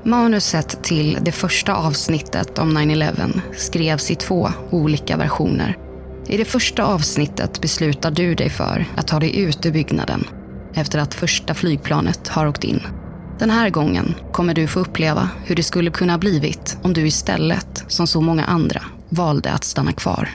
Manuset till det första avsnittet om 9/11 skrevs i 2 olika versioner. I det första avsnittet beslutar du dig för att ta dig ut ur byggnaden efter att första flygplanet har åkt in. Den här gången kommer du få uppleva hur det skulle kunna blivit om du istället, som så många andra, valde att stanna kvar.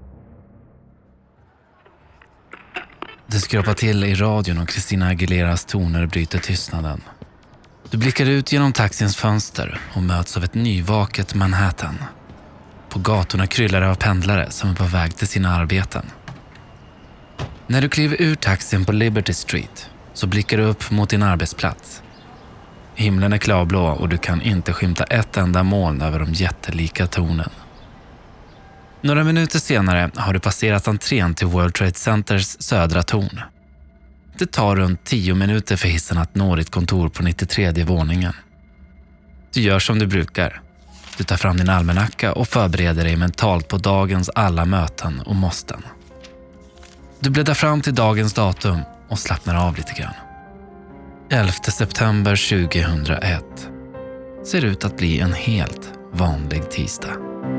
Det skrapar till i radion och Christina Aguileras toner bryter tystnaden. Du blickar ut genom taxins fönster och möts av ett nyvaket Manhattan. På gatorna kryllar det av pendlare som är på väg till sina arbeten. När du kliver ur taxin på Liberty Street så blickar du upp mot din arbetsplats. Himlen är klarblå och du kan inte skymta ett enda moln över de jättelika tornen. Några minuter senare har du passerat entrén till World Trade Centers södra torn. Det tar runt 10 minuter för hissen att nå ditt kontor på 93:e våningen. Du gör som du brukar. Du tar fram din almanacka och förbereder dig mentalt på dagens alla möten och måsten. Du bläddrar fram till dagens datum och slappnar av lite grann. 11 september 2001 ser ut att bli en helt vanlig tisdag.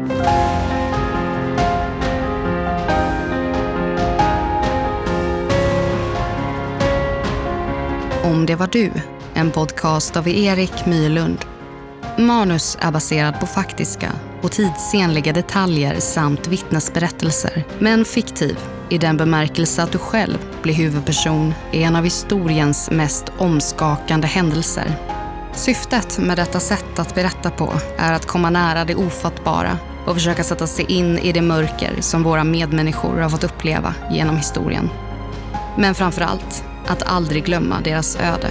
Om det var du, en podcast av Erik Myrlund. Manus är baserad på faktiska och tidsenliga detaljer samt vittnesberättelser, men fiktiv i den bemärkelse att du själv blir huvudperson i en av historiens mest omskakande händelser. Syftet med detta sätt att berätta på är att komma nära det ofattbara och försöka sätta sig in i det mörker som våra medmänniskor har fått uppleva genom historien. Men framförallt att aldrig glömma deras öde.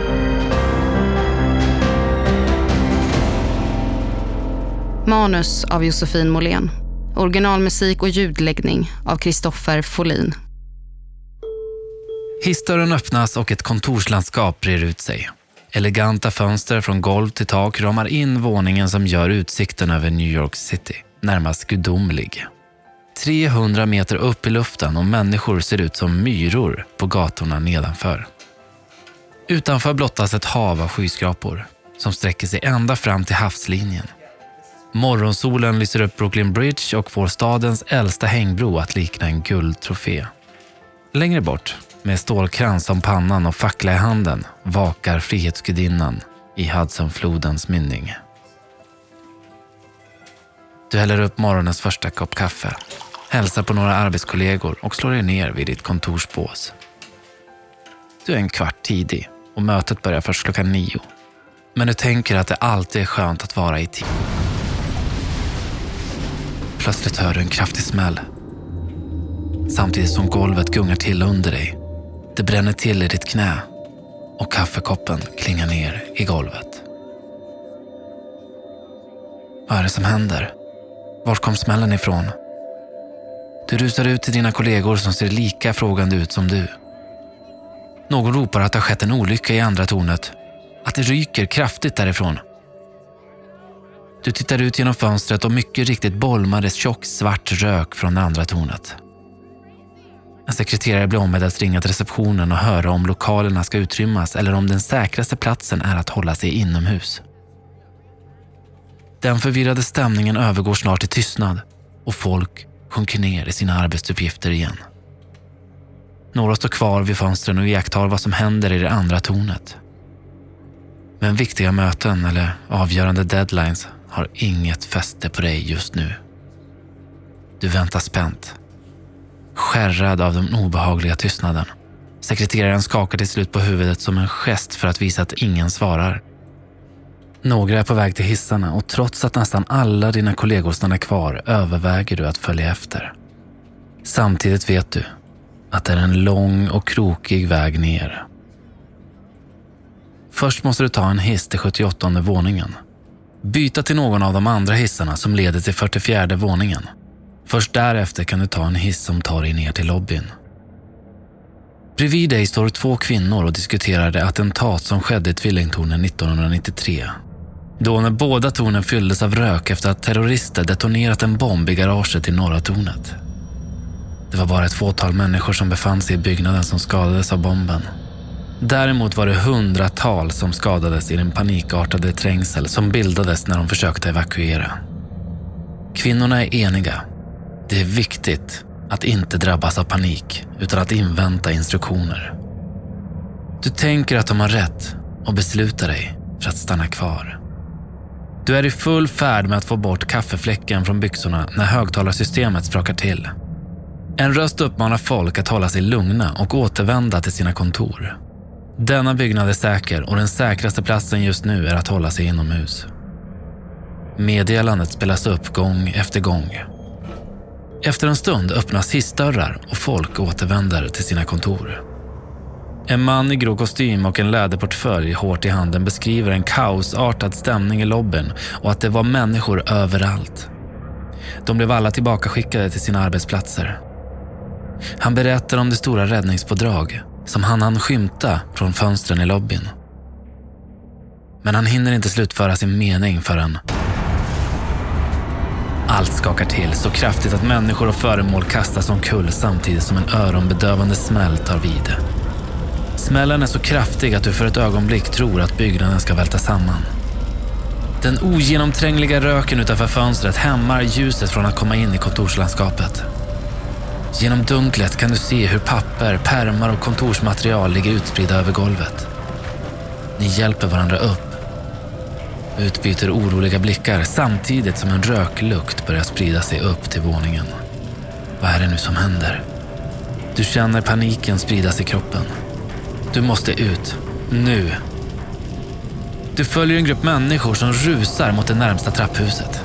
Manus av Josefin Måhlén. Originalmusik och ljudläggning av Kristoffer Folin. Hissdörren öppnas och ett kontorslandskap brer ut sig. Eleganta fönster från golv till tak ramar in våningen som gör utsikten över New York City närmast gudomlig. 300 meter upp i luften och människor ser ut som myror på gatorna nedanför. Utanför blottas ett hav av skyskrapor som sträcker sig ända fram till havslinjen. Morgonsolen lyser upp Brooklyn Bridge och får stadens äldsta hängbro att likna en guldtrofé. Längre bort, med stålkrans om pannan och fackla i handen, vakar Frihetsgudinnan i Hudsonflodens mynning. Du häller upp morgonens första kopp kaffe, hälsar på några arbetskollegor och slår dig ner vid ditt kontorsbås. Du är en kvart tidig och mötet börjar först 9:00. Men du tänker att det alltid är skönt att vara i tid. Plötsligt hör du en kraftig smäll. Samtidigt som golvet gungar till under dig. Det bränner till i ditt knä och kaffekoppen klingar ner i golvet. Vad är det som händer? Vart kom smällen ifrån? Du rusar ut till dina kollegor som ser lika frågande ut som du. Någon ropar att det har skett en olycka i andra tornet. Att det ryker kraftigt därifrån. Du tittar ut genom fönstret och mycket riktigt bolmades tjock svart rök från det andra tornet. En sekreterare blir ombedd att ringa till receptionen och höra om lokalerna ska utrymmas eller om den säkraste platsen är att hålla sig inomhus. Den förvirrade stämningen övergår snart till tystnad och folk sjunker ner i sina arbetsuppgifter igen. Några står kvar vid fönstren och iakttar vad som händer i det andra tornet. Men viktiga möten eller avgörande deadlines har inget fäste på dig just nu. Du väntar spänt, skärrad av den obehagliga tystnaden. Sekreteraren skakar till slut på huvudet som en gest för att visa att ingen svarar. Några är på väg till hissarna och trots att nästan alla dina kollegor stannar kvar överväger du att följa efter. Samtidigt vet du att det är en lång och krokig väg ner. Först måste du ta en hiss till 78:e våningen. Byta till någon av de andra hissarna som leder till 44:e våningen. Först därefter kan du ta en hiss som tar dig ner till lobbyn. Bredvid dig står 2 kvinnor och diskuterar det attentat som skedde i tvillingtornen 1993. Då när båda tornen fylldes av rök efter att terrorister detonerat en bomb i garaget i norra tornet. Det var bara ett fåtal människor som befann sig i byggnaden som skadades av bomben. Däremot var det hundratals som skadades i den panikartade trängsel som bildades när de försökte evakuera. Kvinnorna är eniga. Det är viktigt att inte drabbas av panik utan att invänta instruktioner. Du tänker att de har rätt och beslutar dig för att stanna kvar. Du är i full färd med att få bort kaffefläcken från byxorna när högtalarsystemet sprakar till. En röst uppmanar folk att hålla sig lugna och återvända till sina kontor. Denna byggnad är säker och den säkraste platsen just nu är att hålla sig inomhus. Meddelandet spelas upp gång efter gång. Efter en stund öppnas hissdörrar och folk återvänder till sina kontor. En man i grå kostym och en läderportfölj hårt i handen beskriver en kaosartad stämning i lobbyn och att det var människor överallt. De blev alla tillbakaskickade till sina arbetsplatser. Han berättar om det stora räddningspådrag som han hann skymta från fönstren i lobbyn. Men han hinner inte slutföra sin mening förrän allt skakar till så kraftigt att människor och föremål kastas omkull samtidigt som en öronbedövande smäll tar vid. Smällen är så kraftig att du för ett ögonblick tror att byggnaden ska välta samman. Den ogenomträngliga röken utanför fönstret hämmar ljuset från att komma in i kontorslandskapet. Genom dunklet kan du se hur papper, pärmar och kontorsmaterial ligger utspridda över golvet. Ni hjälper varandra upp. Utbyter oroliga blickar samtidigt som en röklukt börjar sprida sig upp till våningen. Vad är det nu som händer? Du känner paniken spridas i kroppen. Du måste ut, nu. Du följer en grupp människor som rusar mot det närmsta trapphuset.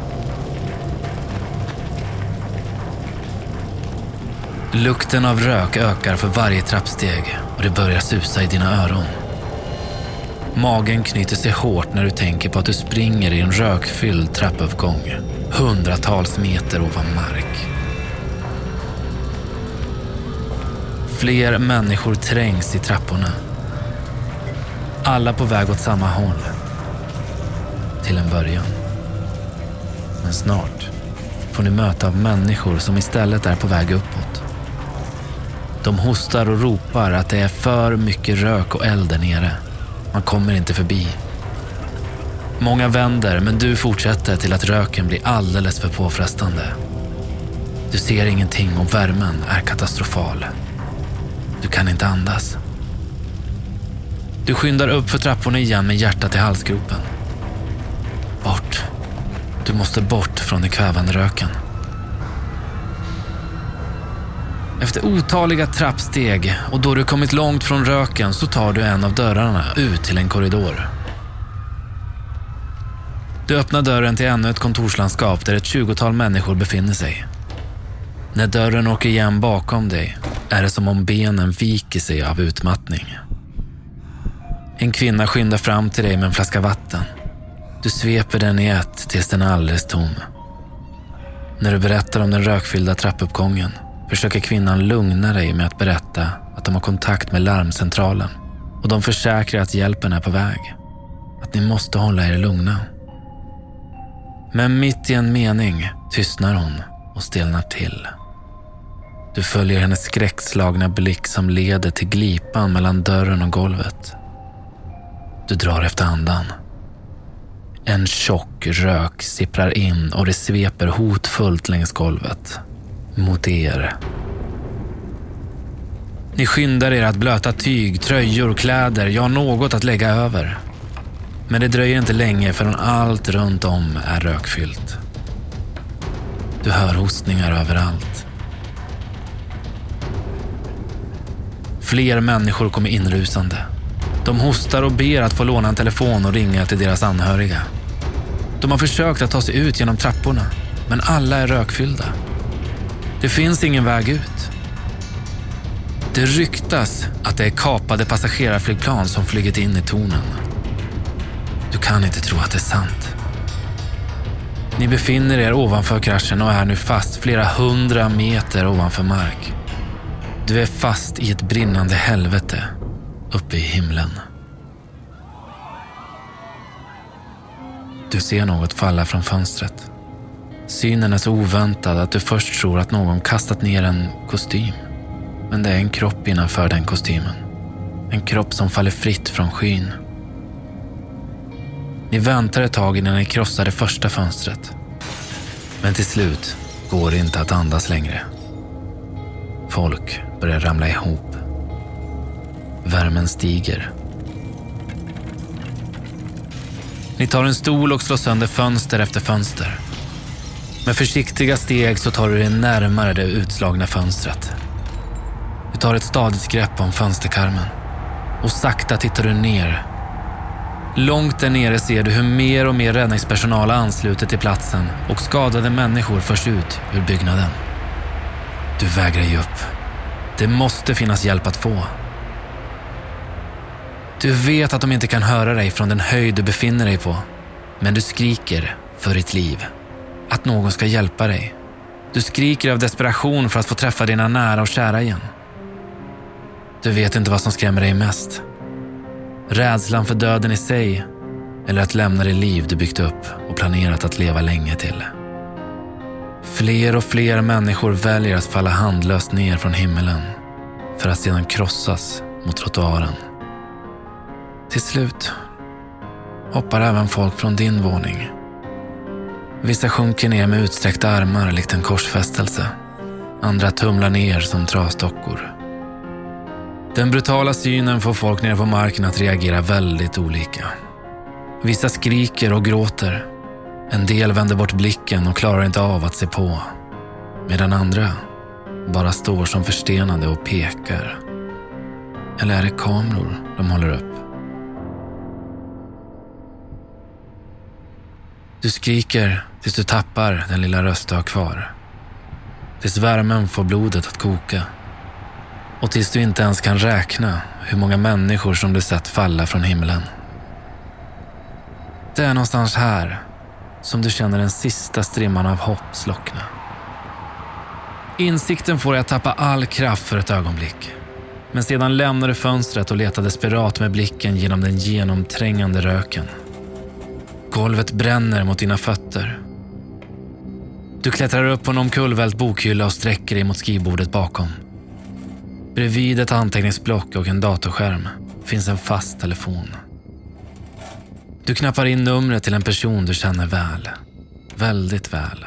Lukten av rök ökar för varje trappsteg och det börjar susa i dina öron. Magen knyter sig hårt när du tänker på att du springer i en rökfylld trappuppgång, hundratals meter ovan mark. Fler människor trängs i trapporna. Alla på väg åt samma håll. Till en början. Men snart får ni möta av människor som istället är på väg uppåt. De hostar och ropar att det är för mycket rök och eld där nere. Man kommer inte förbi. Många vänder, men du fortsätter till att röken blir alldeles för påfrestande. Du ser ingenting och värmen är katastrofal. Du kan inte andas. Du skyndar upp för trapporna igen med hjärtat i halsgropen. Bort. Du måste bort från den kvävande röken. Efter otaliga trappsteg och då du kommit långt från röken så tar du en av dörrarna ut till en korridor. Du öppnar dörren till ännu ett kontorslandskap där ett 20-tal människor befinner sig. När dörren åker igen bakom dig är det som om benen viker sig av utmattning. En kvinna skyndar fram till dig med en flaska vatten. Du sveper den i ett tills den är alldeles tom. När du berättar om den rökfyllda trappuppgången försöker kvinnan lugna dig med att berätta att de har kontakt med larmcentralen och de försäkrar att hjälpen är på väg. Att ni måste hålla er lugna. Men mitt i en mening tystnar hon och stelnar till. Du följer hennes skräckslagna blick som leder till glipan mellan dörren och golvet. Du drar efter andan. En tjock rök sipprar in och det sveper hotfullt längs golvet. Mot er. Ni skyndar er att blöta tyg, tröjor, kläder, ja något att lägga över. Men det dröjer inte länge förrän allt runt om är rökfyllt. Du hör hostningar överallt. Fler människor kommer inrusande. De hostar och ber att få låna en telefon och ringa till deras anhöriga. De har försökt att ta sig ut genom trapporna, men alla är rökfyllda. Det finns ingen väg ut. Det ryktas att det är kapade passagerarflygplan som flygit in i tornen. Du kan inte tro att det är sant. Ni befinner er ovanför kraschen och är nu fast flera 100 meter ovanför mark. Du är fast i ett brinnande helvete uppe i himlen. Du ser något falla från fönstret. Synen är så oväntad att du först tror att någon kastat ner en kostym. Men det är en kropp innanför den kostymen. En kropp som faller fritt från skyn. Ni väntar ett tag innan ni krossar det första fönstret. Men till slut går det inte att andas längre. Folk börjar ramla ihop. Värmen stiger. Ni tar en stol och slår sönder fönster efter fönster. Med försiktiga steg så tar du dig närmare det utslagna fönstret. Du tar ett stadigt grepp om fönsterkarmen och sakta tittar du ner. Långt där nere ser du hur mer och mer räddningspersonal har anslutit till platsen och skadade människor förs ut ur byggnaden. Du vägrar ge upp. Det måste finnas hjälp att få. Du vet att de inte kan höra dig från den höjd du befinner dig på, men du skriker för ditt liv. Att någon ska hjälpa dig. Du skriker av desperation för att få träffa dina nära och kära igen. Du vet inte vad som skrämmer dig mest. Rädslan för döden i sig eller att lämna det liv du byggt upp och planerat att leva länge till. Fler och fler människor väljer att falla handlöst ner från himmelen för att sedan krossas mot trottoaren. Till slut hoppar även folk från din våning. Vissa sjunker ner med utsträckta armar likt en korsfästelse. Andra tumlar ner som trasdockor. Den brutala synen får folk nere på marken att reagera väldigt olika. Vissa skriker och gråter. En del vänder bort blicken och klarar inte av att se på. Medan andra bara står som förstenade och pekar. Eller är det kameror de håller upp? Du skriker tills du tappar den lilla röst du har kvar. Tills värmen får blodet att koka. Och tills du inte ens kan räkna hur många människor som du sett falla från himlen. Det är någonstans här som du känner den sista strimman av hopp slockna. Insikten får dig att tappa all kraft för ett ögonblick. Men sedan lämnar du fönstret och letar desperat med blicken genom den genomträngande röken. Golvet bränner mot dina fötter. Du klättrar upp på en omkullvält bokhylla och sträcker dig mot skrivbordet bakom. Bredvid ett anteckningsblock och en datorskärm finns en fast telefon. Du knappar in numret till en person du känner väl. Väldigt väl.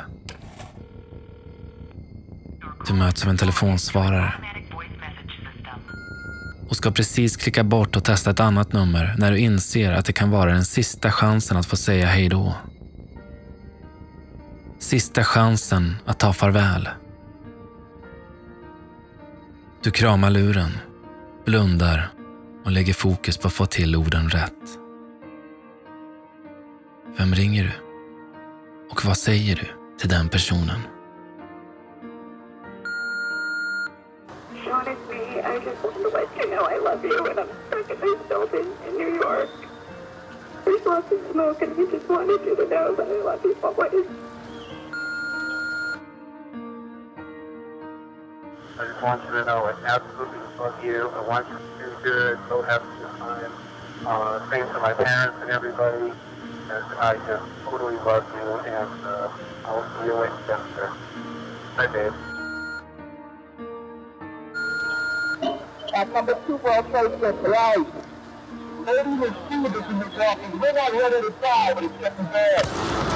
Du möts av en telefonsvarare. Och ska precis klicka bort och testa ett annat nummer när du inser att det kan vara den sista chansen att få säga hej då. Sista chansen att ta farväl. Du kramar luren, blundar och lägger fokus på att få till orden rätt. Vem ringer du? Och vad säger du till den personen? Sean, it's me. I just wanted to let you know I love you and I'm stuck in this building in New York. There's lots of smoke and we just wanted you to know that I love you always. I just want you to know I absolutely love you. I want you to do good, so happy to time. Thanks to my parents and everybody. And I just totally love you and I'll see you later, Jennifer. Bye, babe. At number 2 World Trade Center, right. Lady was stewardess in this office. We're not ready to die, but it's getting bad.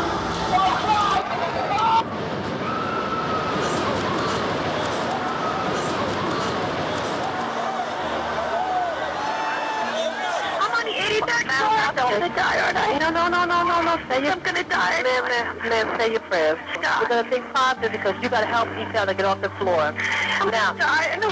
I'm on the 83rd floor. I'm gonna die, aren't I? No. I'm gonna die. Ma'am, say your prayers. God. We're gonna think positive because you gotta help each other get off the floor. I'm Now, gonna die. No.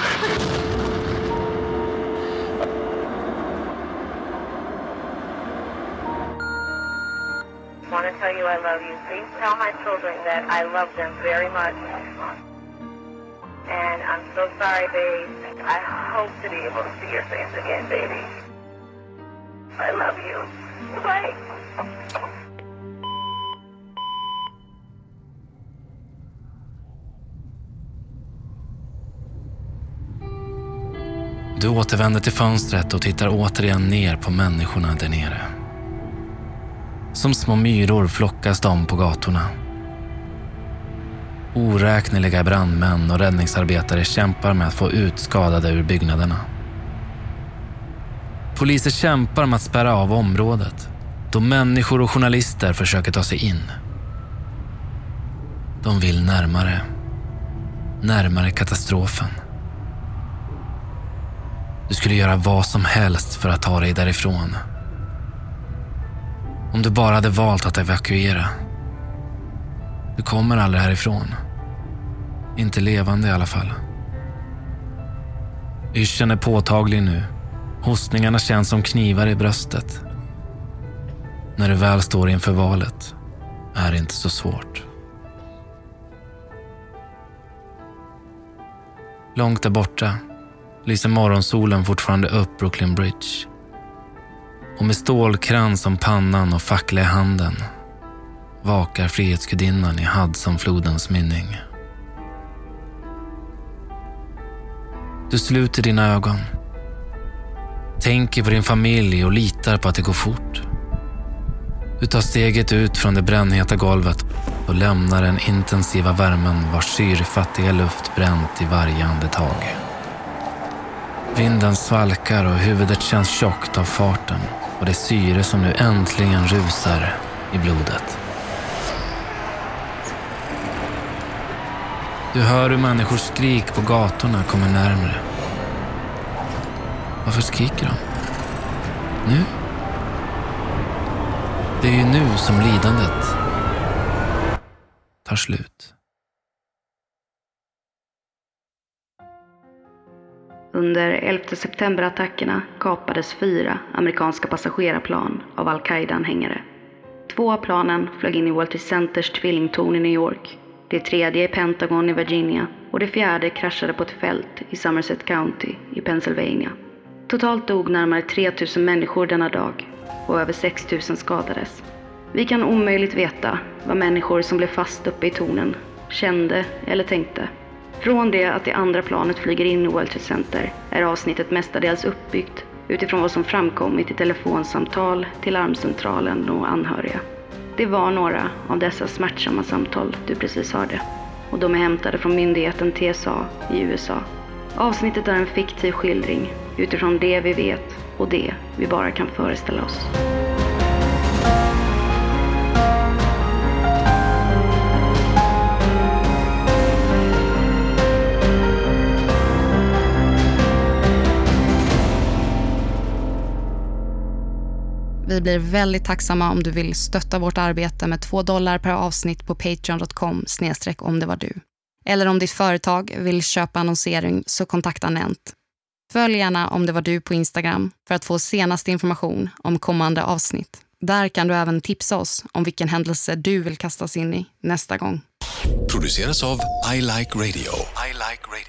I want to tell you I love you. Please tell my children that I love them very much. And I'm so sorry, babe. I hope to be able to see your face again, baby. I love you. Bye. Du återvänder till fönstret och tittar återigen ner på människorna där nere. Som små myror flockas de på gatorna. Oräkneliga brandmän och räddningsarbetare kämpar med att få ut skadade ur byggnaderna. Poliser kämpar med att spärra av området då människor och journalister försöker ta sig in. De vill närmare katastrofen. Du skulle göra vad som helst för att ta dig därifrån. Om du bara hade valt att evakuera. Du kommer aldrig härifrån. Inte levande i alla fall. Yrseln är påtaglig nu. Hostningarna känns som knivar i bröstet. När du väl står inför valet är det inte så svårt. Långt där borta lyser morgonsolen fortfarande upp Brooklyn Bridge. Och med stålkrans om pannan och fackla i handen vakar frihetsgudinnan i Hudsonflodens mynning. Du sluter dina ögon. Tänker på din familj och litar på att det går fort. Du tar steget ut från det brännheta golvet och lämnar den intensiva värmen vars syrfattiga luft bränt i varje andetag. Vinden svalkar och huvudet känns tjockt av farten och det syre som nu äntligen rusar i blodet. Du hör hur människors skrik på gatorna kommer närmare. Varför skriker de? Nu? Det är ju nu som lidandet tar slut. Under 11 september-attackerna kapades 4 amerikanska passagerarplan av Al-Qaida-anhängare. 2 av planen flög in i World Trade Centers tvillingtorn i New York. Det 3:e i Pentagon i Virginia och det 4:e kraschade på ett fält i Somerset County i Pennsylvania. Totalt dog närmare 3000 människor denna dag och över 6000 skadades. Vi kan omöjligt veta vad människor som blev fast uppe i tornen kände eller tänkte. Från det att det andra planet flyger in i World Trade Center är avsnittet mestadels uppbyggt utifrån vad som framkommit i telefonsamtal till larmcentralen och anhöriga. Det var några av dessa smärtsamma samtal du precis hörde och de är hämtade från myndigheten TSA i USA. Avsnittet är en fiktiv skildring utifrån det vi vet och det vi bara kan föreställa oss. Vi blir väldigt tacksamma om du vill stötta vårt arbete med $2 per avsnitt på patreon.com/omdevardU. Eller om ditt företag vill köpa annonsering så kontakta Nent. Följ gärna Om det var du på Instagram för att få senaste information om kommande avsnitt. Där kan du även tipsa oss om vilken händelse du vill kastas in i nästa gång. Produceras av I Like Radio.